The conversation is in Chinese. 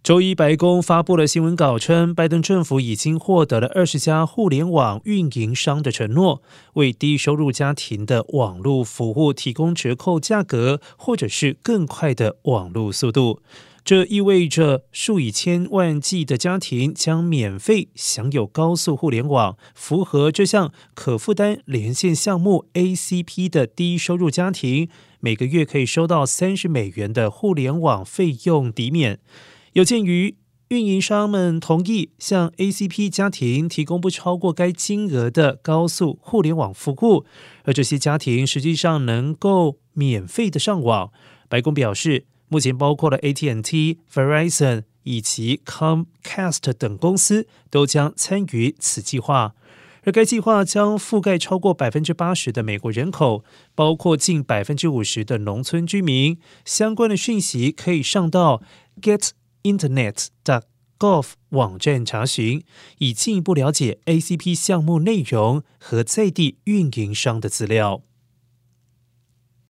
周一，白宫发布了新闻稿称，拜登政府已经获得了20家互联网运营商的承诺，为低收入家庭的网络服务提供折扣价格，或者是更快的网络速度。这意味着数以千万计的家庭将免费享有高速互联网，符合这项可负担连线项目 ACP 的低收入家庭，每个月可以收到$30的互联网费用抵免。有鉴于运营商们同意向 ACP 家庭提供不超过该金额的高速互联网服务，而这些家庭实际上能够免费的上网。白宫表示，目前包括了 AT&T、Verizon 以及 Comcast 等公司都将参与此计划，而该计划将覆盖超过 80% 的美国人口，包括近 50% 的农村居民。相关的讯息可以上到 getinternet.gov 网站查询，以进一步了解 ACP 项目内容和在地运营商的资料。